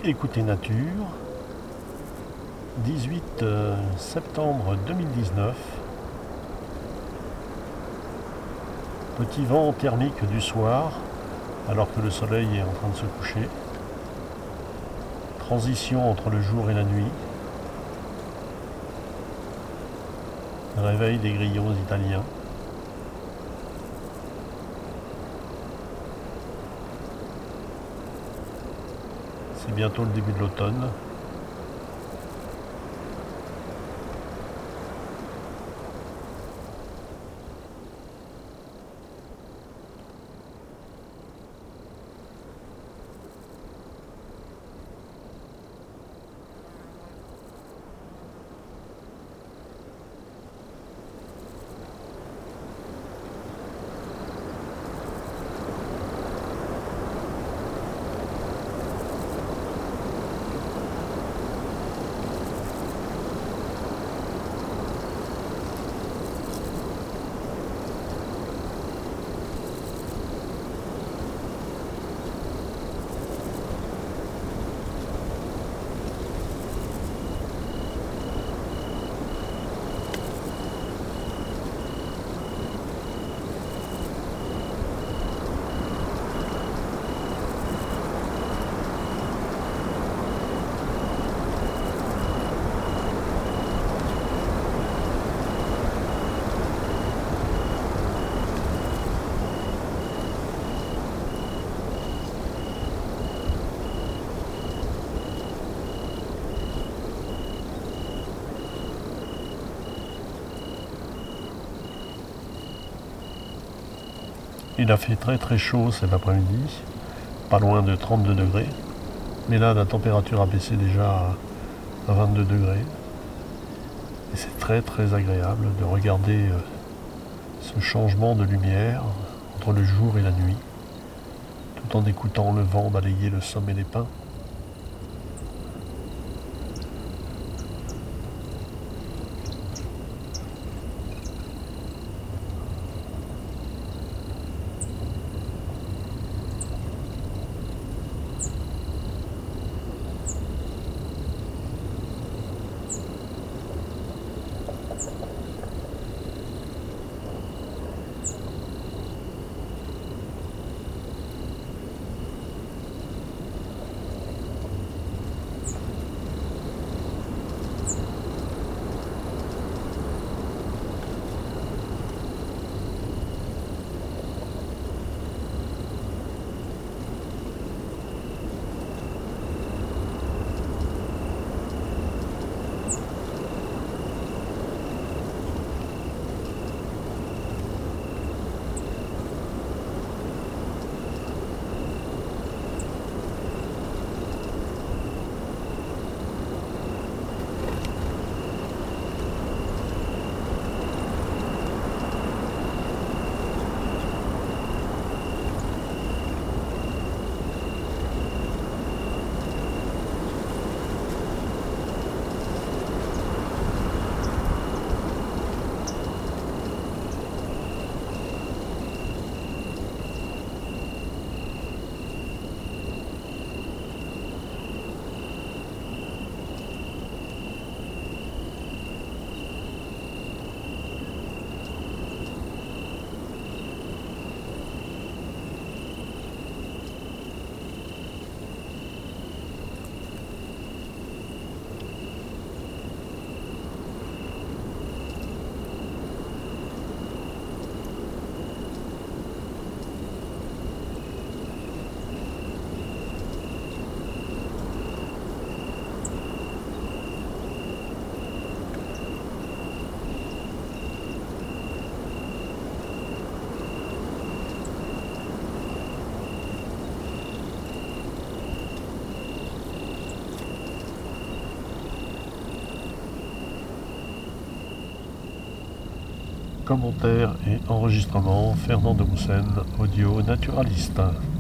Écoutez Nature, 18 septembre 2019. Petit vent thermique du soir, alors que le soleil est en train de se coucher. Transition entre le jour et la nuit. Réveil des grillons italiens. C'est bientôt le début de l'automne. Il a fait très très chaud cet après-midi, pas loin de 32 degrés, mais là la température a baissé déjà à 22 degrés. Et c'est très très agréable de regarder ce changement de lumière entre le jour et la nuit, tout en écoutant le vent balayer le sommet des pins. Commentaires et enregistrements, Fernand de Moussen, audio naturaliste.